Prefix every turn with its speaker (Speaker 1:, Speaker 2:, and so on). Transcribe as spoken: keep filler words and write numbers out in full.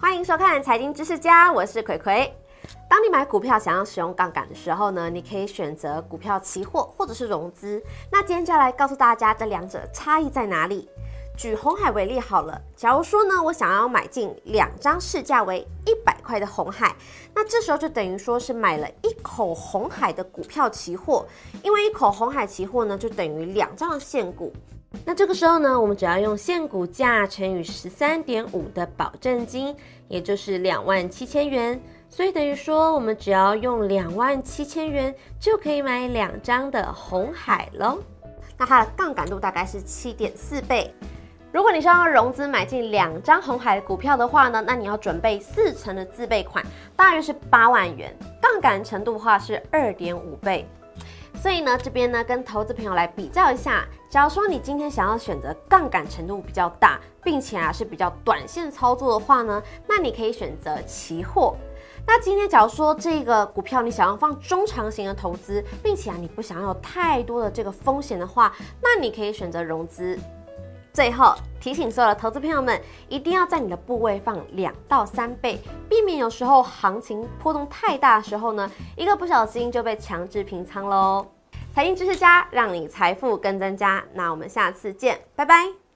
Speaker 1: 欢迎收看财经知识家，我是葵葵。当你买股票想要使用杠杆的时候呢，你可以选择股票期货或者是融资。那今天就要来告诉大家这两者差异在哪里。举鸿海为例好了，假如说呢，我想要买进两张市价为一百块的鸿海，那这时候就等于说是买了一口鸿海的股票期货，因为一口鸿海期货呢，就等于两张的现股。那这个时候呢，我们只要用现股价乘以 十三点五 的保证金，也就是两万七千元，所以等于说我们只要用两万七千元就可以买两张的鸿海咯。那它的杠杆度大概是 七点四倍。如果你是要融资买进两张鸿海的股票的话呢，那你要准备四成的自备款，大约是八万元，杠杆程度的话是 二点五倍。所以呢，这边呢跟投资朋友来比较一下，假如说你今天想要选择杠杆程度比较大，并且啊是比较短线操作的话呢，那你可以选择期货。那今天假如说这个股票你想要放中长型的投资，并且啊你不想要有太多的这个风险的话，那你可以选择融资。最后提醒所有的投资朋友们，一定要在你的部位放两到三倍，避免有时候行情波动太大的时候呢，一个不小心就被强制平仓喽。财经知识家，让你财富更增加。那我们下次见，拜拜。